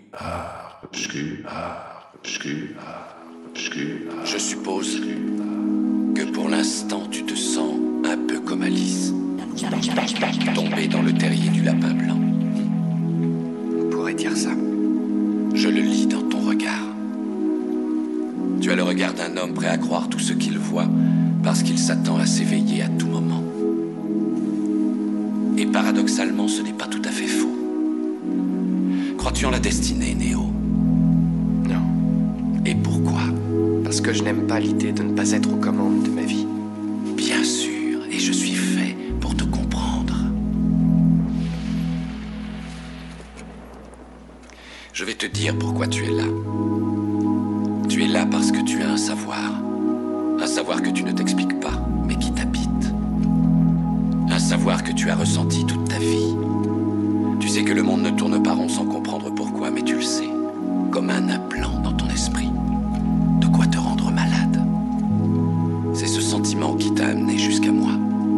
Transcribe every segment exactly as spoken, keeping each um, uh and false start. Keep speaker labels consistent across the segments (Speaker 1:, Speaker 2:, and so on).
Speaker 1: Je suppose que pour l'instant tu te sens un peu comme Alice, tombée dans le terrier du lapin blanc.
Speaker 2: On pourrait dire ça.
Speaker 1: Je le lis dans ton regard. Tu as le regard d'un homme prêt à croire tout ce qu'il voit parce qu'il s'attend à s'éveiller à tout moment. Et paradoxalement, ce n'est pas tout à fait faux. Crois-tu en la destinée, Néo?
Speaker 2: Non.
Speaker 1: Et pourquoi?
Speaker 2: Parce que je n'aime pas l'idée de ne pas être aux commandes de ma vie.
Speaker 1: Bien sûr, et je suis fait pour te comprendre. Je vais te dire pourquoi tu es là. Tu es là parce que tu as un savoir. Un savoir que tu ne t'expliques pas, mais qui t'habite. Un savoir que tu as ressenti toute ta vie. Tu sais que le monde ne tourne pas rond sans comprendre pourquoi, mais tu le sais. Comme un implant dans ton esprit. De quoi te rendre malade. C'est ce sentiment qui t'a amené jusqu'à moi.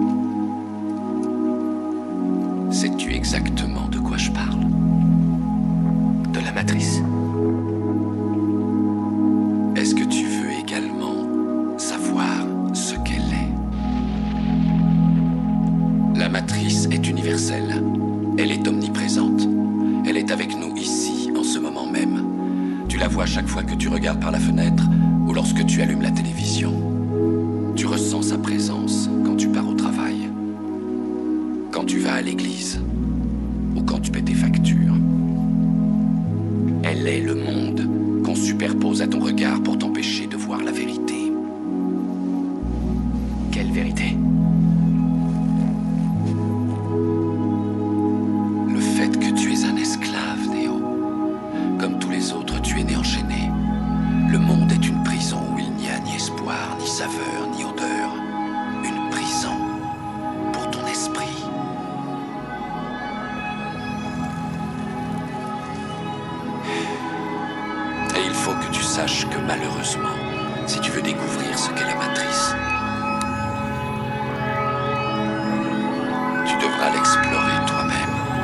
Speaker 1: Sais-tu exactement de quoi je parle?
Speaker 2: De la matrice.
Speaker 1: Est-ce que tu veux également savoir ce qu'elle est? La matrice est universelle. Elle est omniprésente. Elle est avec nous ici, en ce moment même. Tu la vois chaque fois que tu regardes par la fenêtre ou lorsque tu allumes la télévision. Tu ressens sa présence quand tu pars au travail, quand tu vas à l'église ou quand tu paies tes factures. Elle est le monde qu'on superpose à ton regard pour t'empêcher de voir la vérité.
Speaker 2: Quelle vérité?
Speaker 1: Le fait que tu es un esclave, Néo. Comme tous les autres, tu es né enchaîné. Le monde est une prison où il n'y a ni espoir, ni saveur, ni odeur. Une prison pour ton esprit. Et il faut que tu saches que malheureusement, si tu veux découvrir ce qu'est la matrice, tu devras l'explorer toi-même.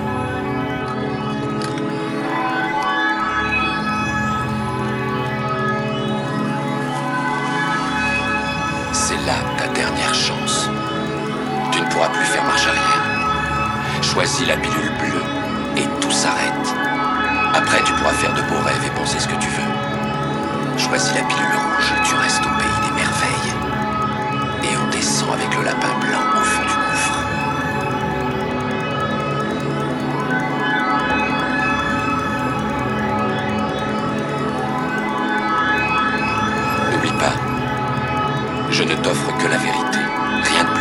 Speaker 1: C'est là ta dernière chance. Tu ne pourras plus faire marche arrière. Choisis la pilule bleue et tout s'arrête. Après, tu pourras faire de beaux rêves et penser ce que tu veux. Choisis la pilule rouge, tu restes au pays des merveilles. Et on descend avec le lapin blanc au fond du gouffre. N'oublie pas, je ne t'offre que la vérité, rien de plus.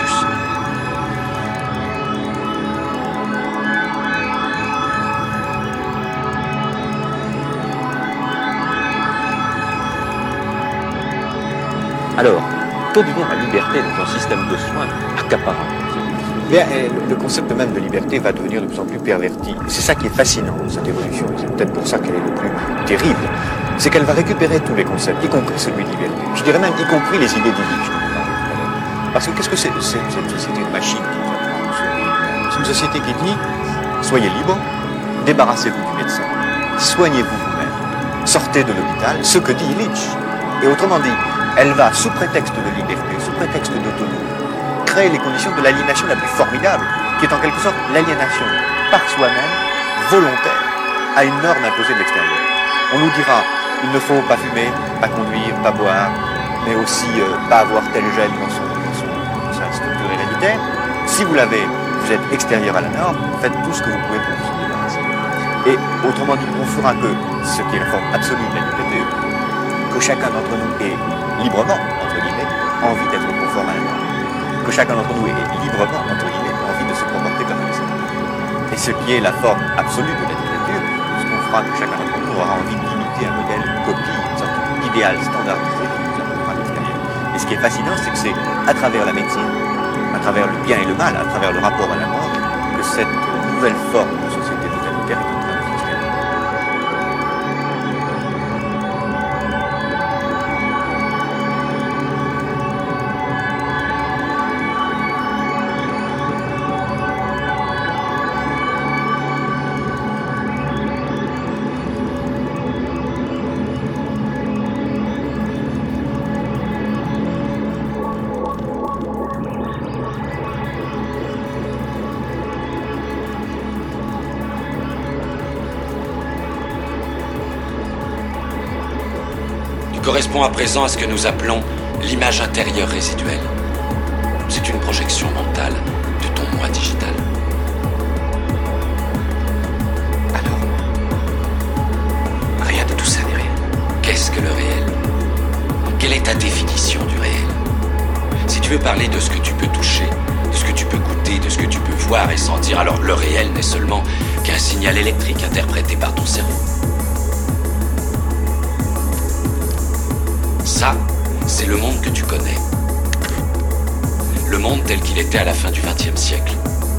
Speaker 3: Alors, que devient la liberté dans un système de soins accaparant?
Speaker 4: Bien, le concept même de liberté va devenir de plus en plus perverti. C'est ça qui est fascinant de cette évolution, et c'est peut-être pour ça qu'elle est le plus terrible. C'est qu'elle va récupérer tous les concepts, y compris celui de liberté. Je dirais même y compris les idées divines, je te parlais tout à l'heure. Parce que qu'est-ce que c'est cette, cette société de machine qui nous apprend? C'est une société qui dit, soyez libre, débarrassez-vous du médecin, soignez-vous vous-même, sortez de l'hôpital, ce que dit Illich. Et autrement dit, elle va, sous prétexte de liberté, sous prétexte d'autonomie, créer les conditions de l'aliénation la plus formidable, qui est en quelque sorte l'aliénation par soi-même, volontaire, à une norme imposée de l'extérieur. On nous dira, il ne faut pas fumer, pas conduire, pas boire, mais aussi euh, pas avoir tel gel dans, son, dans, son, dans sa structure héréditaire. Si vous l'avez, vous êtes extérieur à la norme, faites tout ce que vous pouvez pour vous en débarrasser. Et autrement dit, on fera que, ce qui est la forme absolue de la liberté, que chacun d'entre nous ait librement, entre guillemets, envie d'être conforme à la norme. Que chacun d'entre nous ait librement, entre guillemets, envie de se comporter comme un esclave. Et ce qui est la forme absolue de la dictature, ce qu'on fera que chacun d'entre nous aura envie d'imiter un modèle, une copie, une sorte d'idéal standardisé que nous avons à l'extérieur. Et ce qui est fascinant, c'est que c'est à travers la médecine, à travers le bien et le mal, à travers le rapport à la mort, que cette nouvelle forme de société totalitaire est en train de se faire.
Speaker 1: correspond à présent à ce que nous appelons l'image intérieure résiduelle. C'est une projection mentale de ton moi digital.
Speaker 2: Alors, rien de tout ça n'est réel.
Speaker 1: Qu'est-ce que le réel? Quelle est ta définition du réel? Si tu veux parler de ce que tu peux toucher, de ce que tu peux goûter, de ce que tu peux voir et sentir, alors le réel n'est seulement qu'un signal électrique interprété par ton cerveau. Ça, c'est le monde que tu connais. Le monde tel qu'il était à la fin du vingtième siècle.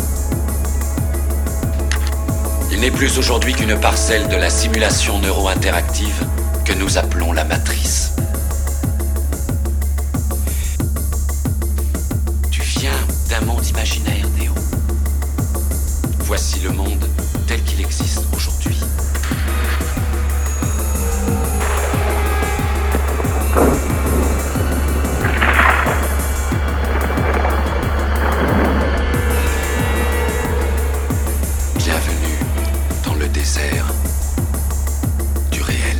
Speaker 1: Il n'est plus aujourd'hui qu'une parcelle de la simulation neuro-interactive que nous appelons la matrice. Tu viens d'un monde imaginaire, Néo. Voici le monde tel qu'il existe aujourd'hui. Bienvenue dans le désert du réel.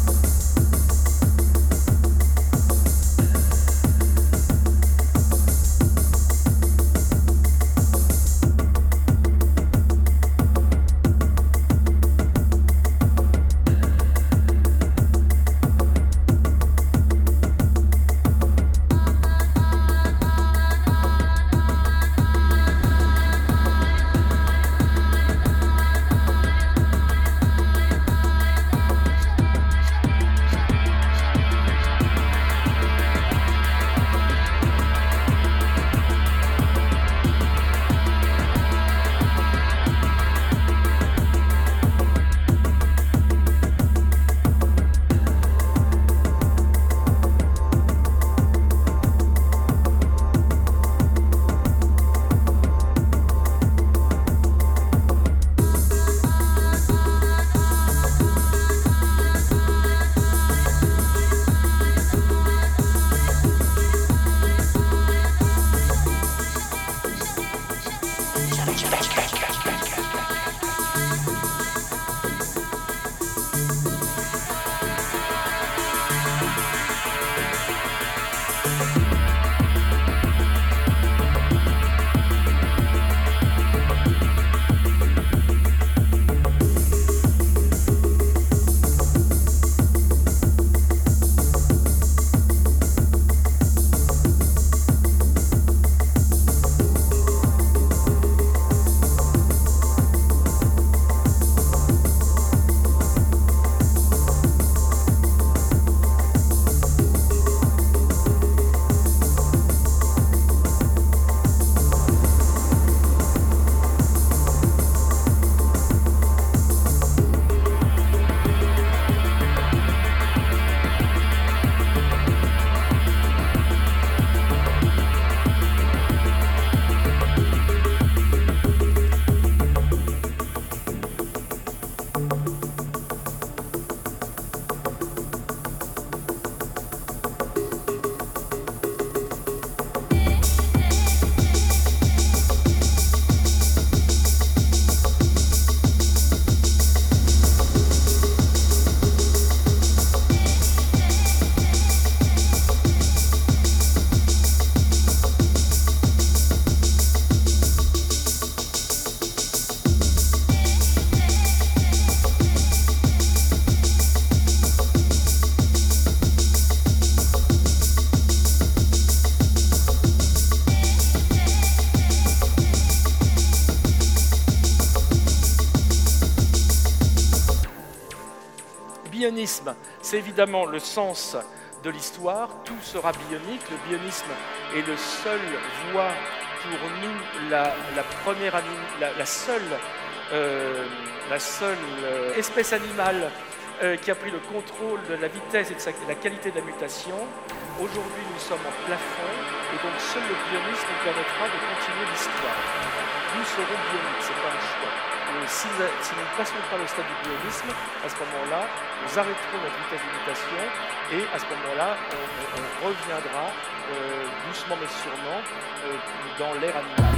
Speaker 5: bionisme, c'est évidemment le sens de l'histoire, tout sera bionique. Le bionisme est le seul voie pour nous, la, la première anim, la, la seule, euh, la seule euh, espèce animale euh, qui a pris le contrôle de la vitesse et de, sa, de la qualité de la mutation. Aujourd'hui, nous sommes en plafond et donc seul le bionisme nous permettra de continuer l'histoire. Nous serons bioniques, ce n'est pas un choix. Et si, si nous ne passons pas le stade du bionisme, à ce moment-là, nous arrêterons notre vitesse de mutation et à ce moment-là, on, on, on reviendra euh, doucement mais sûrement euh, dans l'ère animale.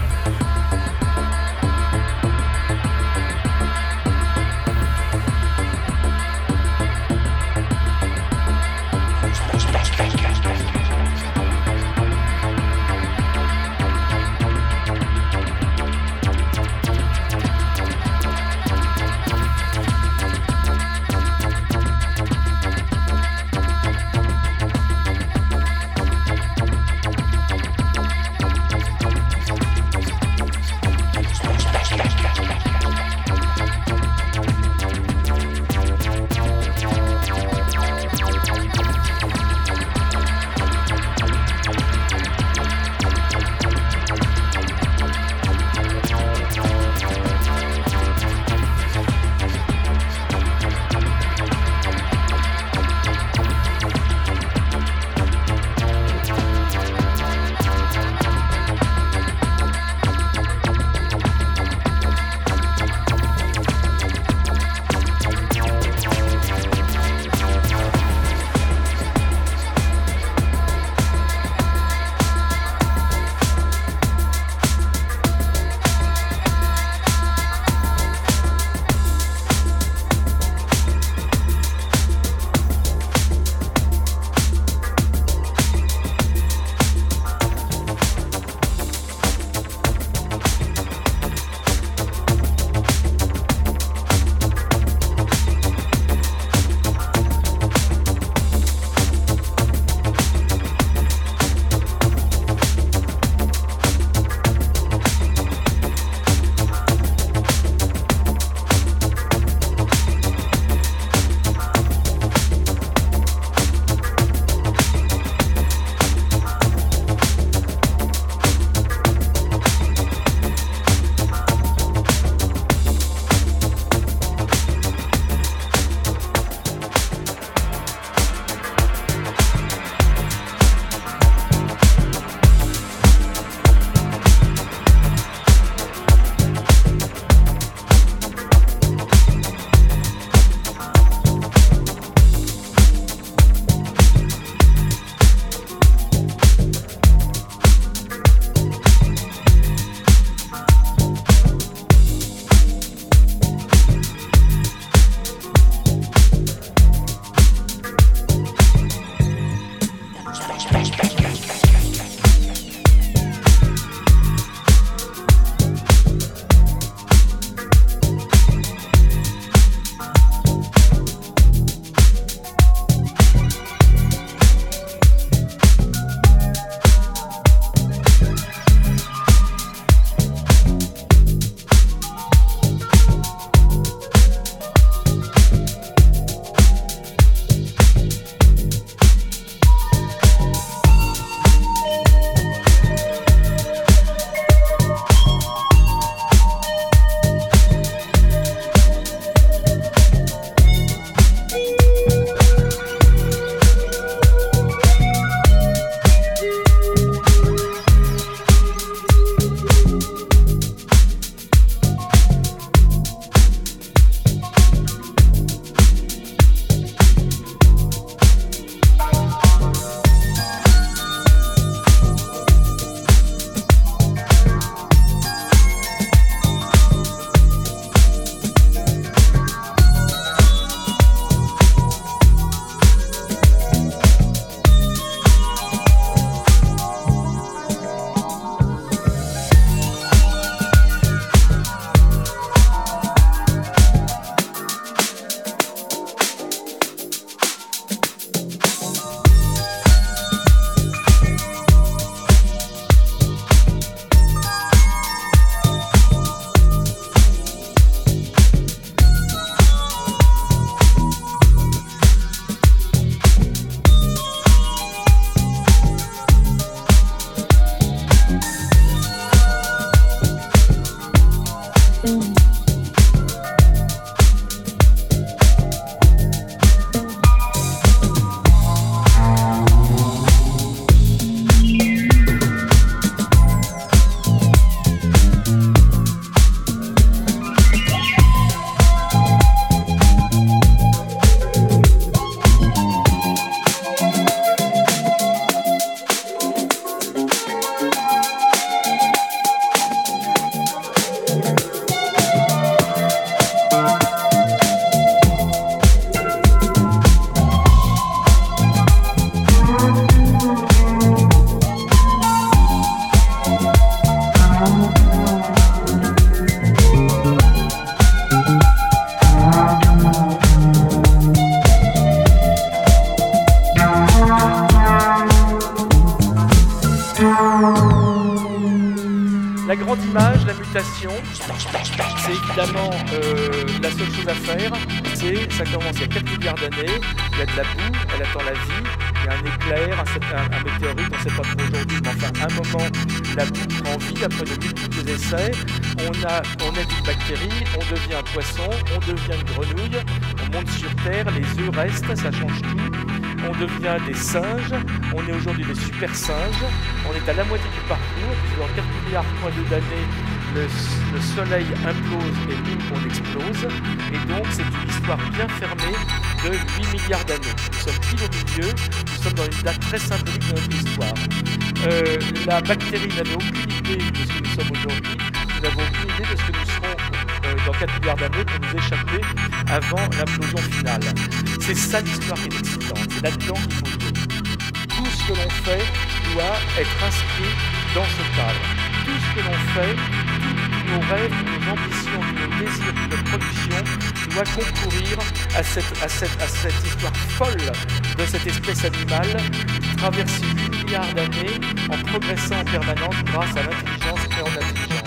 Speaker 5: mutation, c'est évidemment euh, la seule chose à faire, c'est, ça commence il y a quatre milliards d'années, il y a de la boue, elle attend la vie, il y a un éclair, un, un, un météorite, on ne sait pas trop aujourd'hui, mais enfin, à un moment, la boue prend vie après de multiples essais, on, a, on est une bactérie, on devient un poisson, on devient une grenouille, on monte sur Terre, les œufs restent, ça change tout, on devient des singes, on est aujourd'hui des super singes, on est à la moitié du parcours, puisque dans quatre milliards d'années, le, le soleil implose et nous, on explose, et donc c'est une histoire bien fermée de huit milliards d'années. Nous sommes pile au milieu, nous sommes dans une date très symbolique de notre histoire. Euh, la bactérie n'avait aucune idée de ce que nous sommes aujourd'hui, nous n'avons aucune idée de ce que nous serons euh, dans quatre milliards d'années pour nous échapper avant l'implosion finale. C'est ça l'histoire qui est excitante, c'est là-dedans qu'il faut jouer. Tout ce que l'on fait doit être inscrit dans ce cadre. Tout ce que l'on fait, tous nos rêves, nos ambitions, nos désirs, notre production doit concourir à cette, à, cette, à cette histoire folle de cette espèce animale qui traverse huit milliards d'années en progressant en permanence grâce à l'intelligence et en intelligence.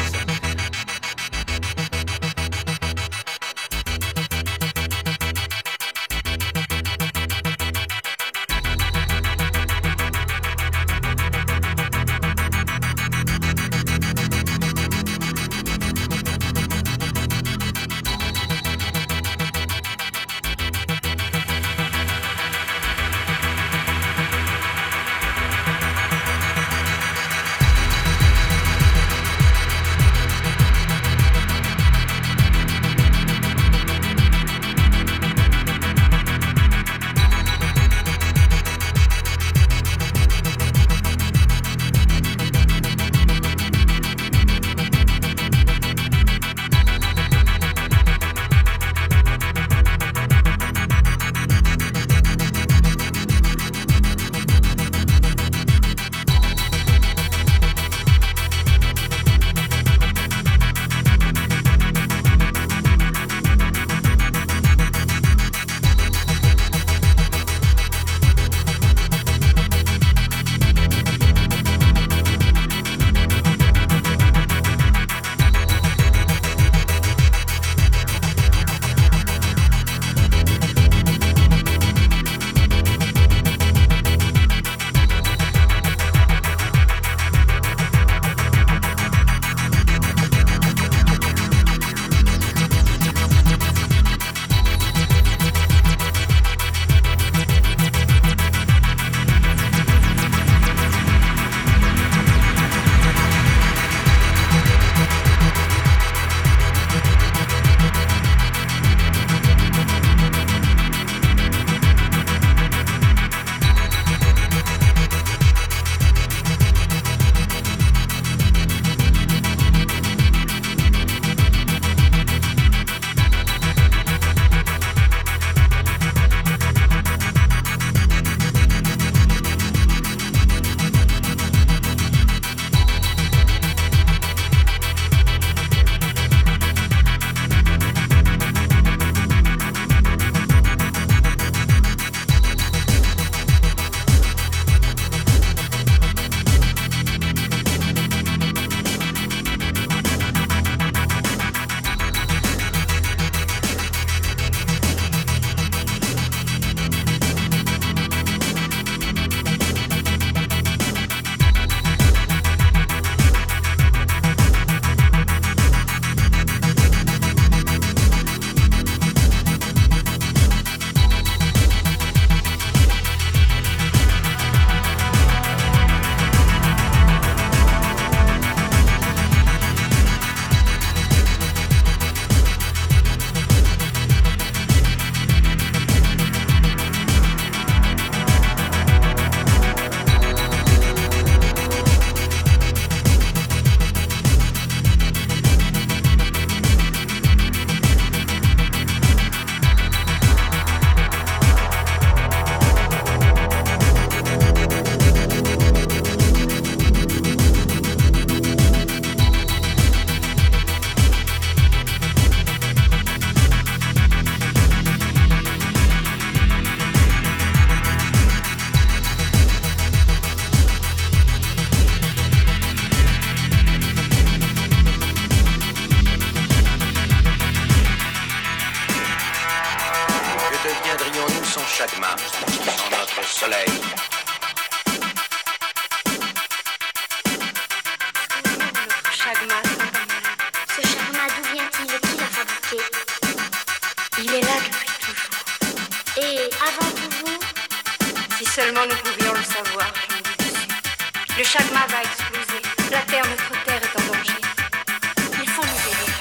Speaker 6: chagma dans notre soleil.
Speaker 7: Notre chagma, ce chagma, d'où vient-il et qui l'a fabriqué? Il est là depuis toujours. Et avant toujours? Si seulement nous pouvions le savoir, je me dis dessus. Le chagma va exploser. La terre, notre terre est en danger. Il faut nous aider.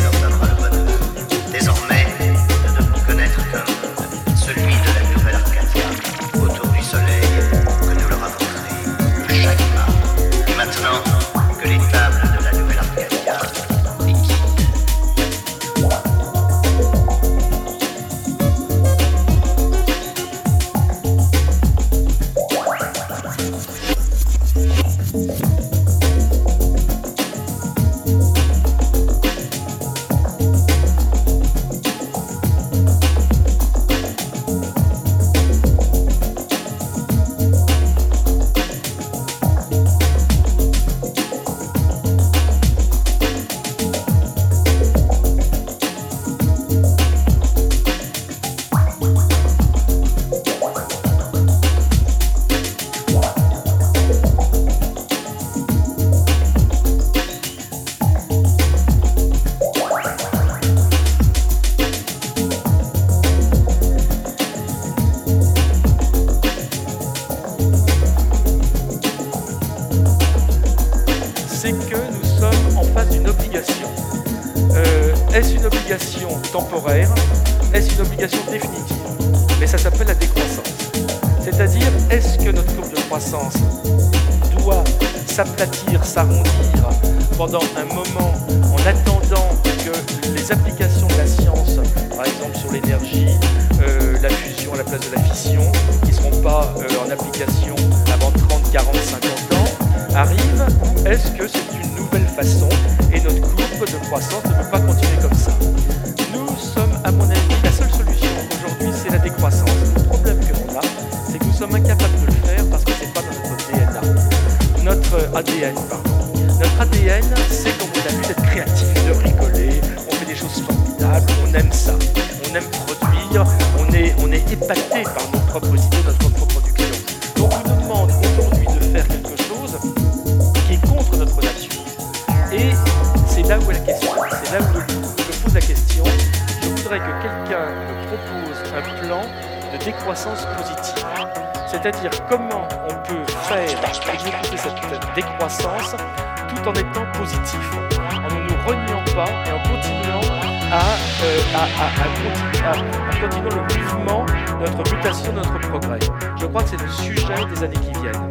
Speaker 6: leur donnera le bonheur. Désormais, nous devons connaître comme celui de la nouvelle Arcadia, autour du soleil que nous leur avons créé, le Shagma. Et maintenant que les tables de la nouvelle Arcadia les quittent.
Speaker 5: C'est que nous sommes en face d'une obligation. Euh, est-ce une obligation temporaire? Est-ce une obligation définitive? Mais ça s'appelle la décroissance. C'est-à-dire, est-ce que notre courbe de croissance doit s'aplatir, s'arrondir pendant un moment en attendant que les applications de la science, par exemple sur l'énergie, euh, la fusion à la place de la fission, qui ne seront pas euh, en application avant trente, quarante, cinquante ans, arrivent? Est-ce que c'est une nouvelle façon et notre courbe de croissance ne peut pas continuer comme ça? Nous sommes, à mon avis, la seule solution aujourd'hui, c'est la décroissance. Le problème que l'on a, c'est que nous sommes incapables de le faire parce que ce n'est pas dans notre D N A. Notre A D N, pardon. Notre A D N, c'est comme on a vu d'être créatif, de rigoler, on fait des choses formidables, on aime ça, on aime produire, on est, on est épaté par nos propres idées, notre propre production. Donc on nous demande aujourd'hui de faire quelque chose qui est contre notre nature. Et c'est là où est la question, c'est là où je me pose la question. Je voudrais que quelqu'un me propose un plan de décroissance positive. C'est-à-dire comment on peut faire exécuter cette décroissance tout en étant positif, en ne nous reniant pas et en continuant à, euh, à, à, à, continu, à, à continuer le mouvement de notre mutation, de notre progrès. Je crois que c'est le sujet des années qui viennent.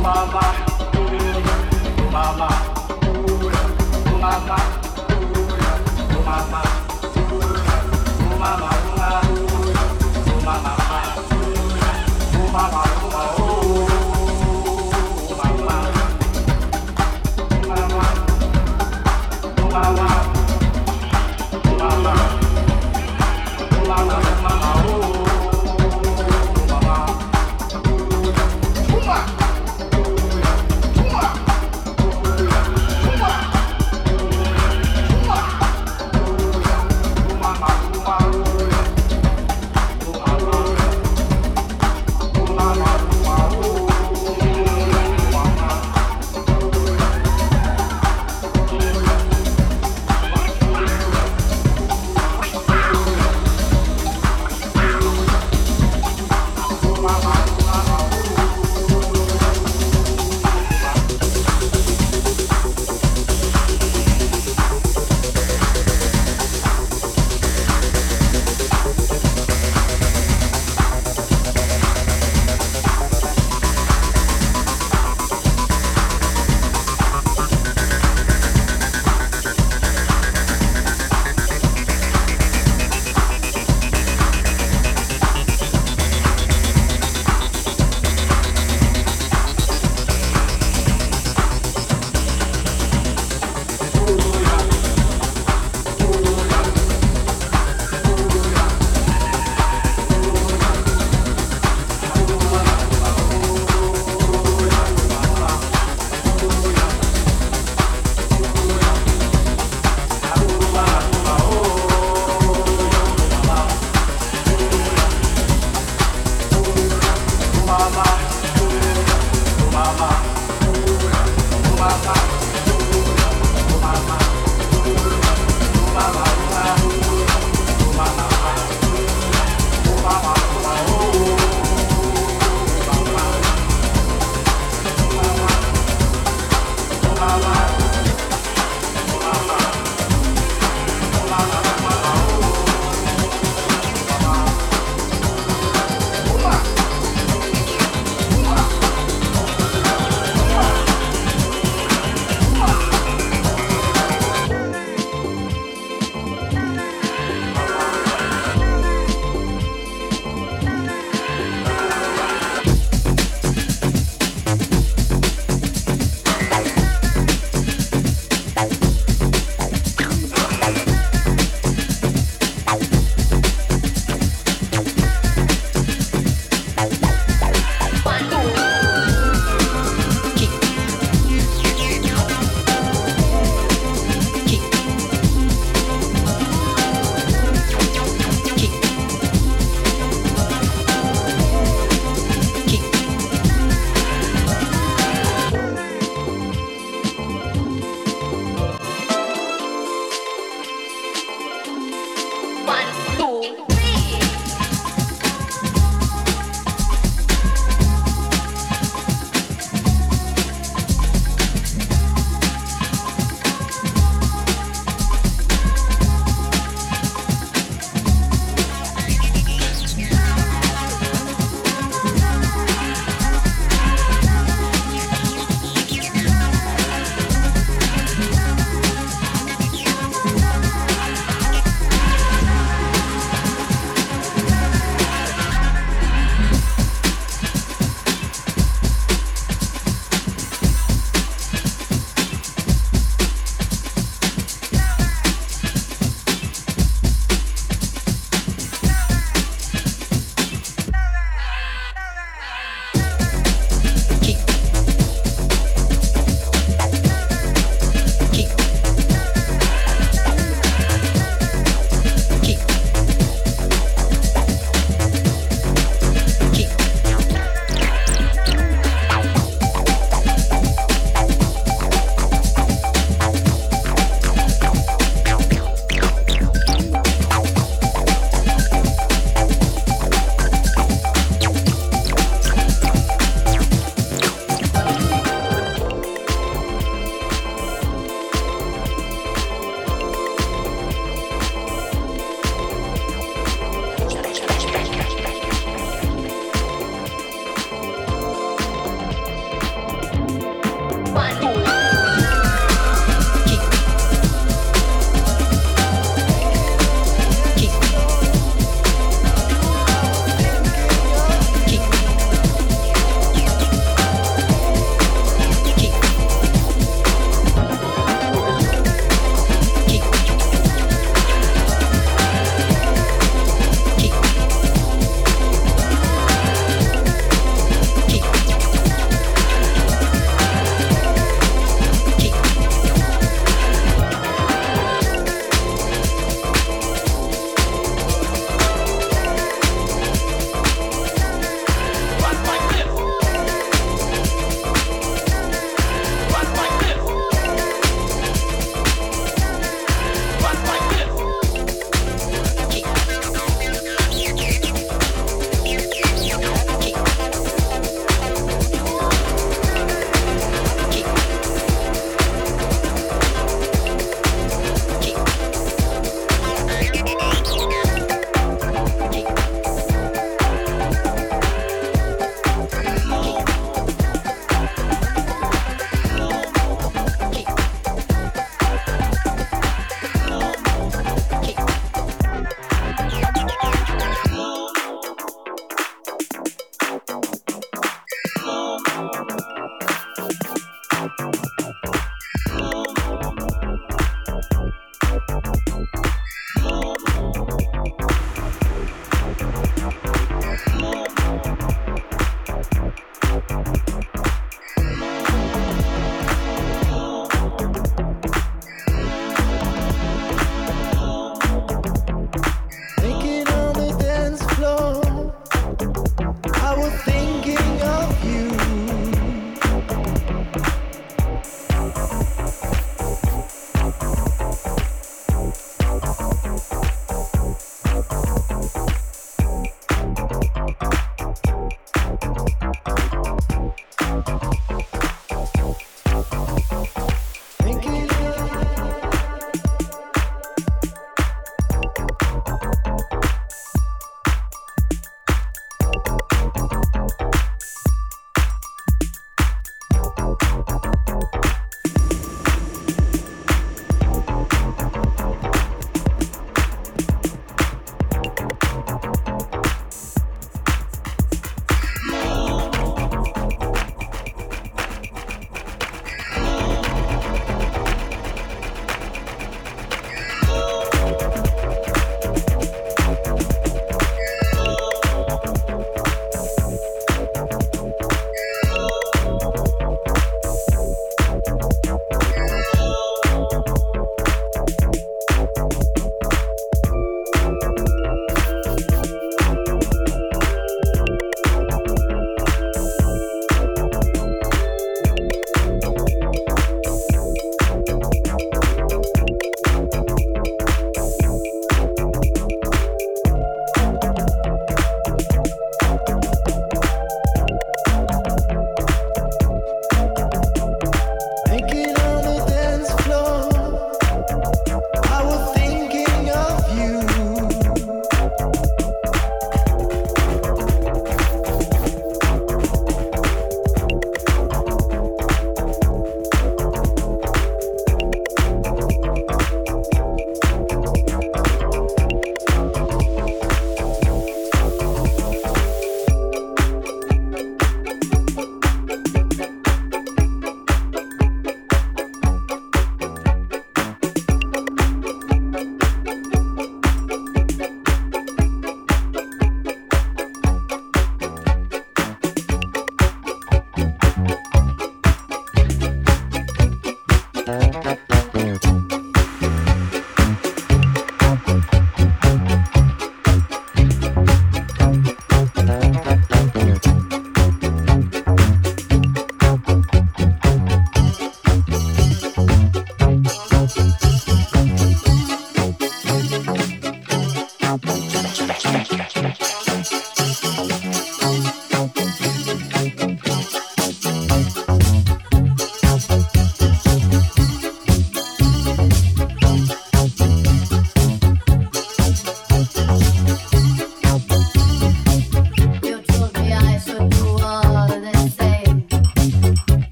Speaker 8: Uma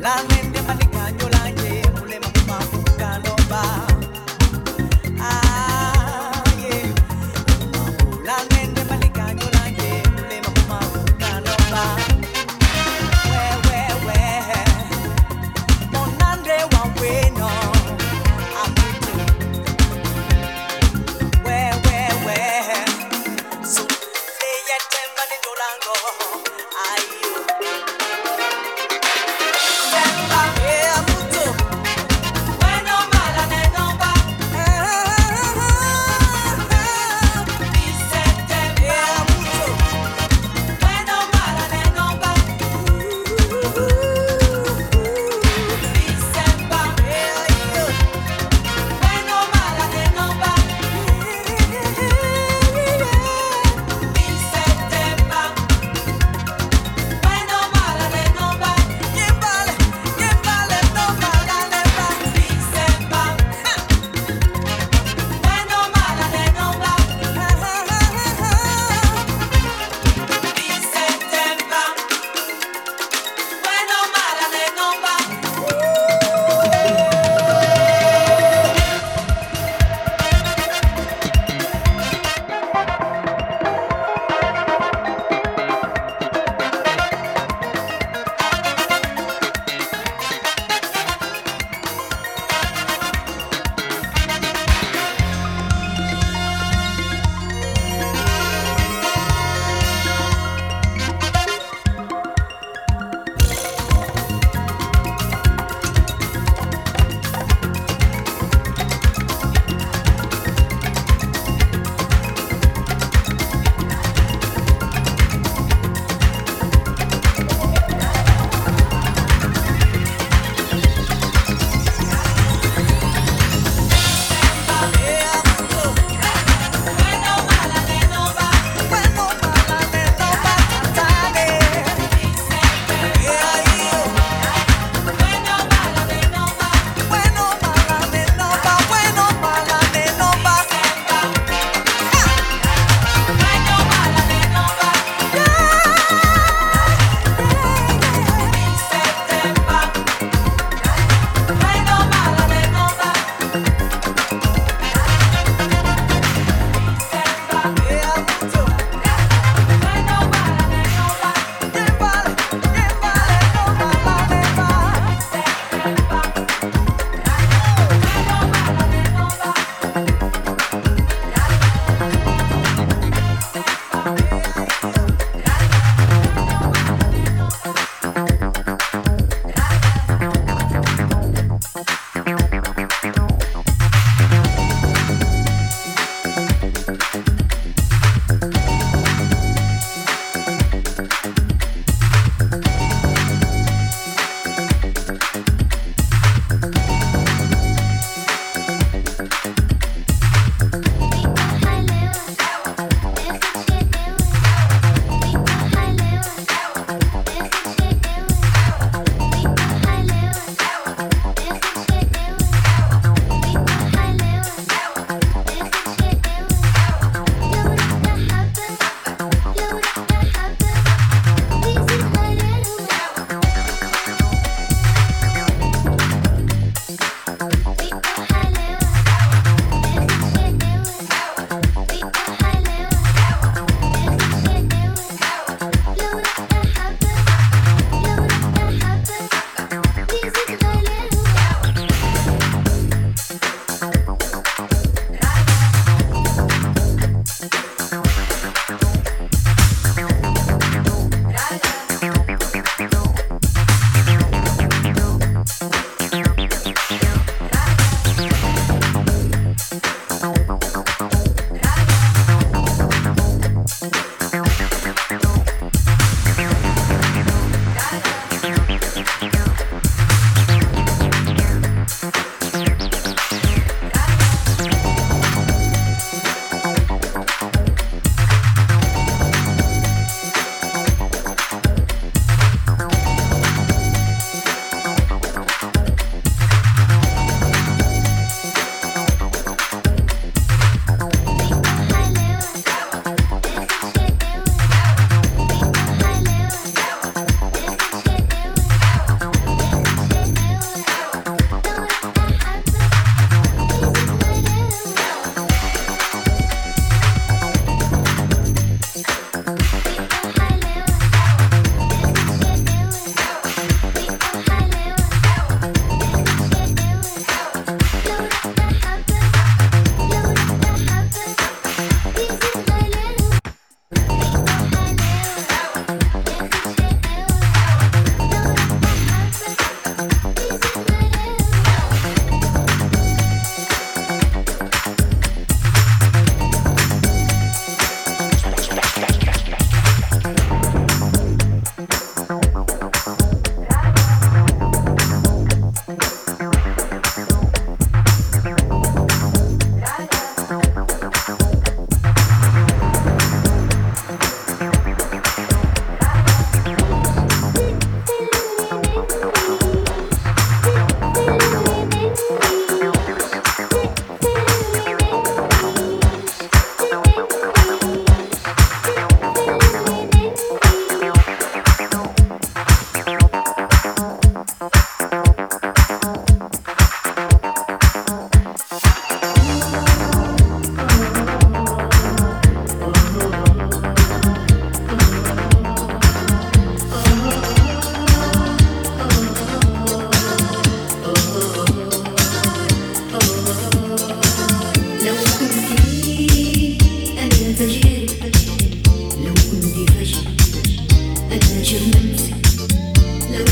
Speaker 8: Stand by.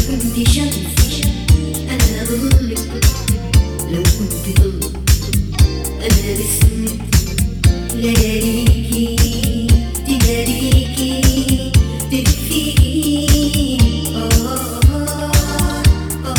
Speaker 8: كنت شمس أنا ظلك، لو كنت ظل أنا باسمك، لياليكي تناديكي تدفيكي. آه آه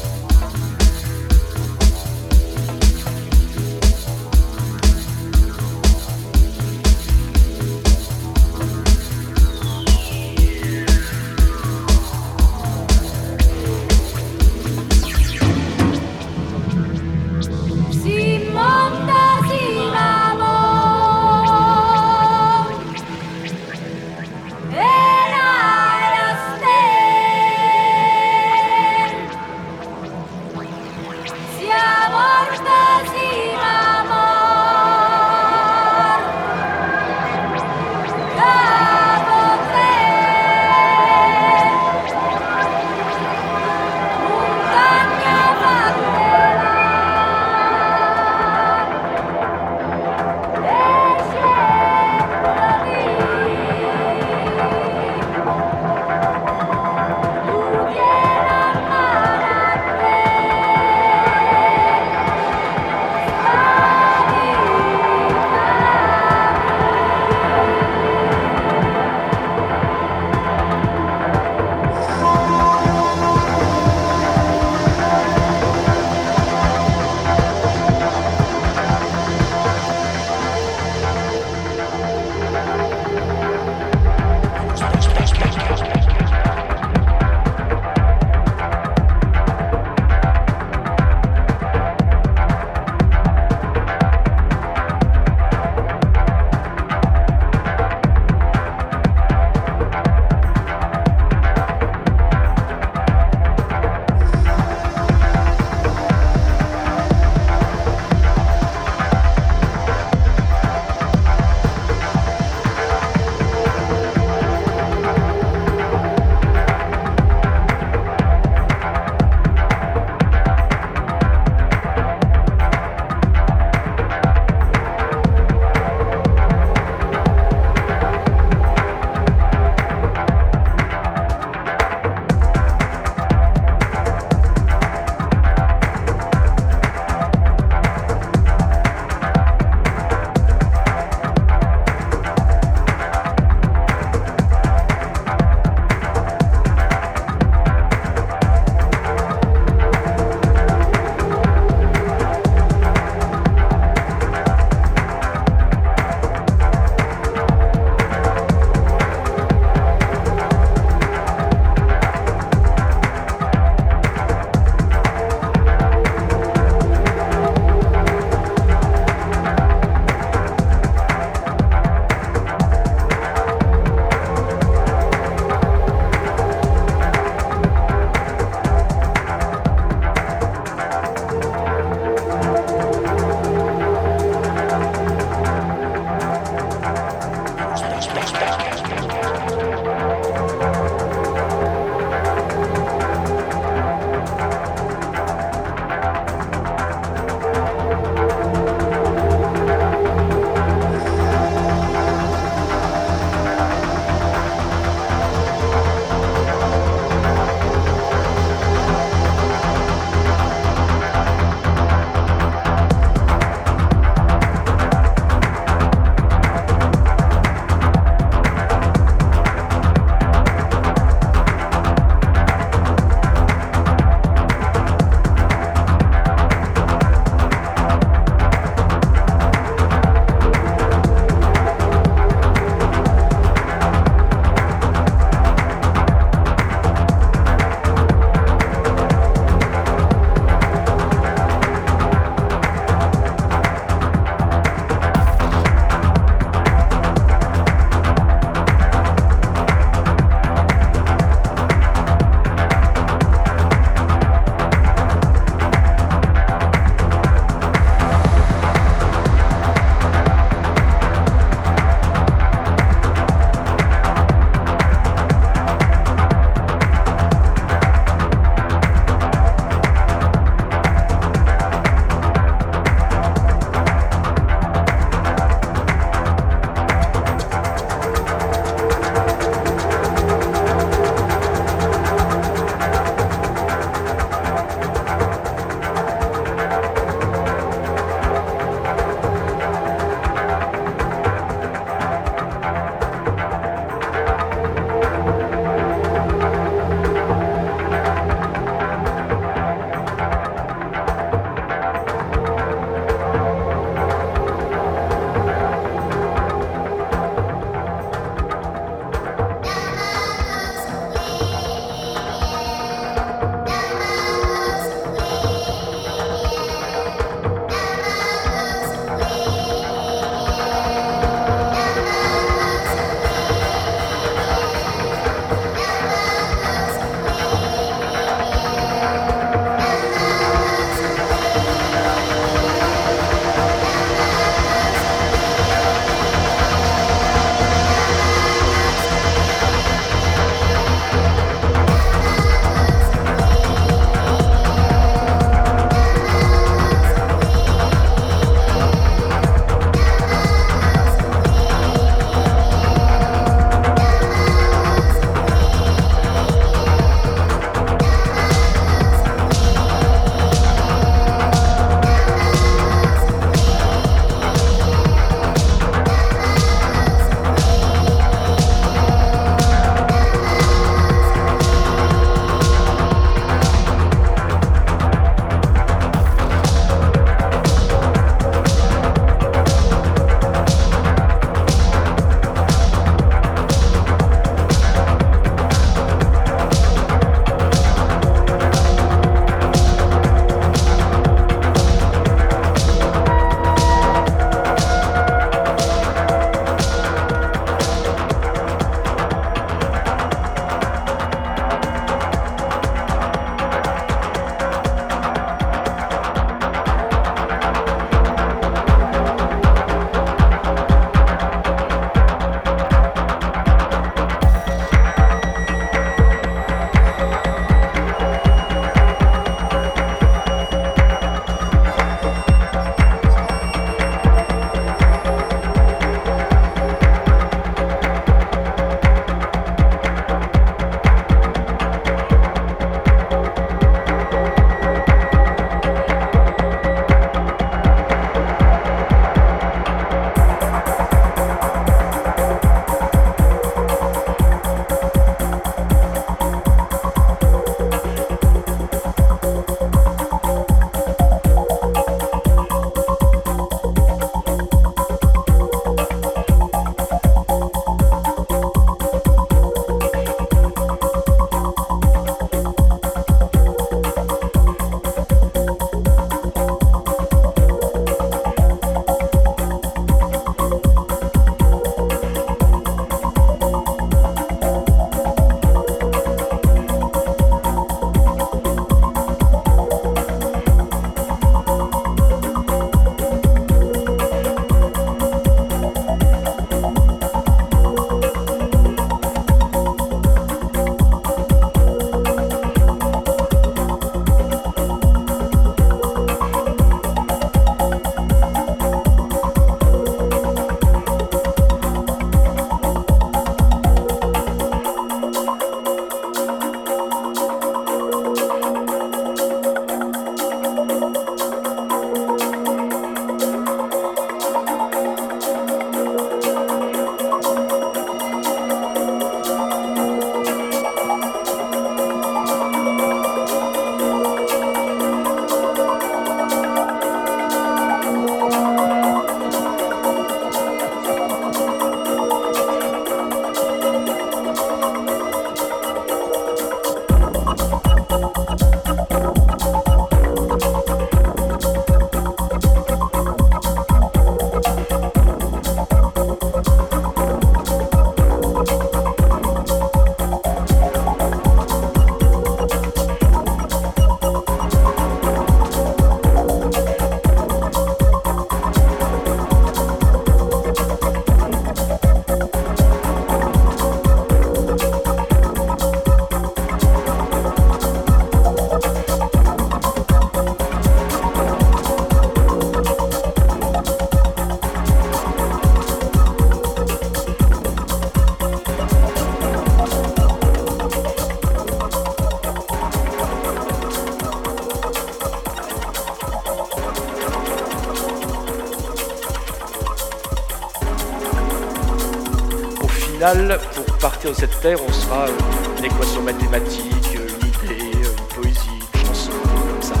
Speaker 5: final, pour partir de cette terre, on sera euh, une équation mathématique, euh, une idée, euh, une poésie, une chanson, comme ça.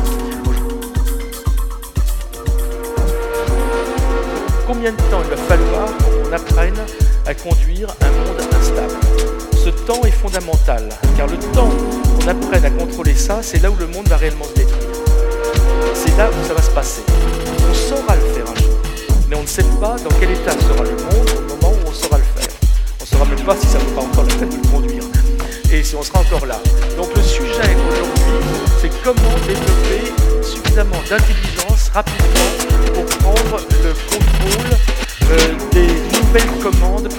Speaker 5: Combien de temps il va falloir pour qu'on apprenne à conduire un monde instable? Ce temps est fondamental, car le temps qu'on apprenne à contrôler ça, c'est là où le monde va réellement se détruire. C'est là où ça va se passer. On saura le faire un jour, mais on ne sait pas dans quel état sera le monde au moment où on saura le faire. On ne saura même pas si ça ne vaut pas encore la peine de le conduire, et si on sera encore là. Donc le sujet aujourd'hui, c'est comment développer suffisamment d'intelligence rapidement pour prendre le contrôle euh, des nouvelles commandes.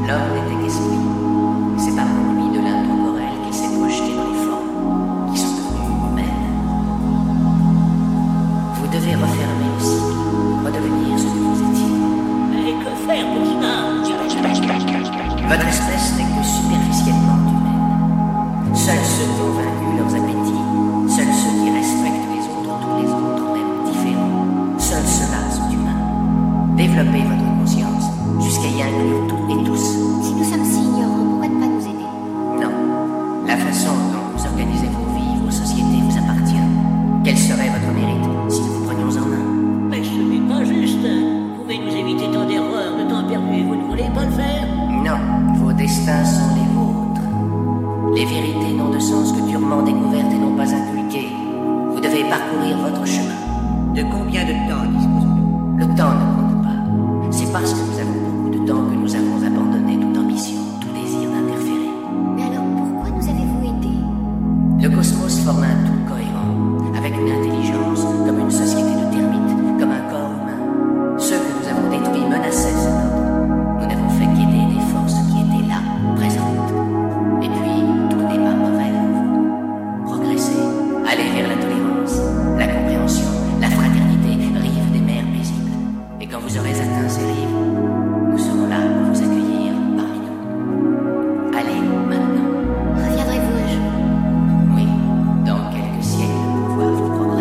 Speaker 9: L'homme n'était qu'esprit. C'est par l'ennui de l'intemporel qu'il s'est projeté dans les formes qui sont devenues humaines. Vous devez refermer le cycle, redevenir ce que vous étiez.
Speaker 8: Et que faire pour cela?
Speaker 9: Votre espèce n'est que superficiellement humaine. Seuls ceux qui ont vaincu leurs appétits, seuls ceux qui respectent les autres, tous les autres, même différents, seuls ceux-là sont humains. Développez votre conscience jusqu'à y inclure toutes et tous.
Speaker 7: Si nous sommes si ignorants, pourquoi ne pas nous aider?
Speaker 9: Non. La façon dont vous organisez vos vies, vos sociétés vous appartient. Quel serait votre mérite si nous vous prenions en main?
Speaker 8: Mais ce n'est pas juste. Vous pouvez nous éviter tant d'erreurs, de temps perdu. Vous ne voulez pas le faire?
Speaker 9: Non. Vos destins sont les vôtres. Les vérités n'ont de sens que durement découvertes et non pas inculquées. Vous devez parcourir votre chemin.
Speaker 8: De combien de temps disposons-nous?
Speaker 9: Le temps ne compte pas. C'est parce que nous avons beaucoup de temps que nous avons abandonné toute ambition, tout désir d'interférer.
Speaker 7: Mais alors pourquoi nous avez-vous aidés?
Speaker 9: Le cosmos forme un tout cohérent, avec une intelligence, comme une société de termites, comme un corps humain. Ceux que nous avons détruits menaçaient cet ordre. Nous n'avons fait qu'aider des forces qui étaient là, présentes. Et puis, tout n'est pas mauvais pour vous. Progressez, allez vers la tolérance, la compréhension, la fraternité, rive des mers paisibles. Et quand vous aurez atteint ces rives, nous serons là pour vous accueillir parmi nous. Allez, maintenant.
Speaker 7: Reviendrez-vous un jour?
Speaker 9: Oui, dans quelques siècles pour voir vos progrès.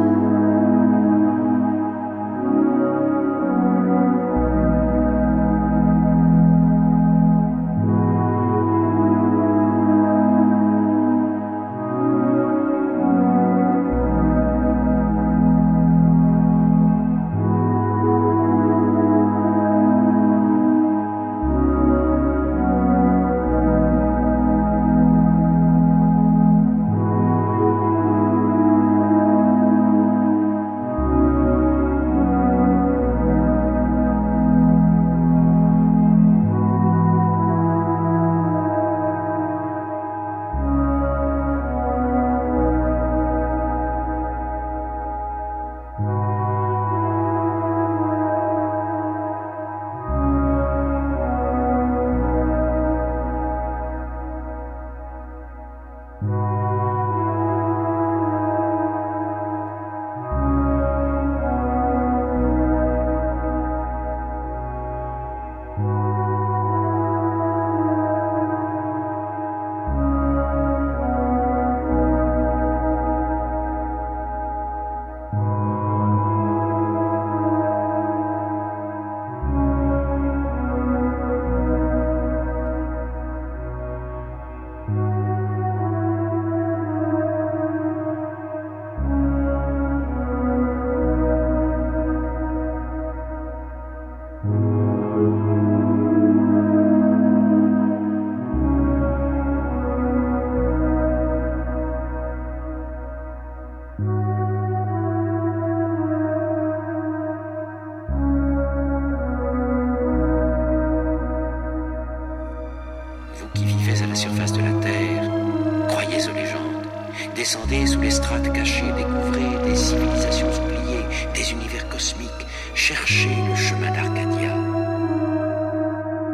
Speaker 1: Vous qui vivez à la surface de la Terre, croyez aux légendes. Descendez sous les strates cachées, découvrez des civilisations oubliées, des univers cosmiques. Cherchez le chemin d'Arcadia.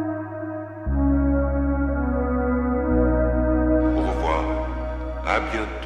Speaker 10: Au revoir. À bientôt.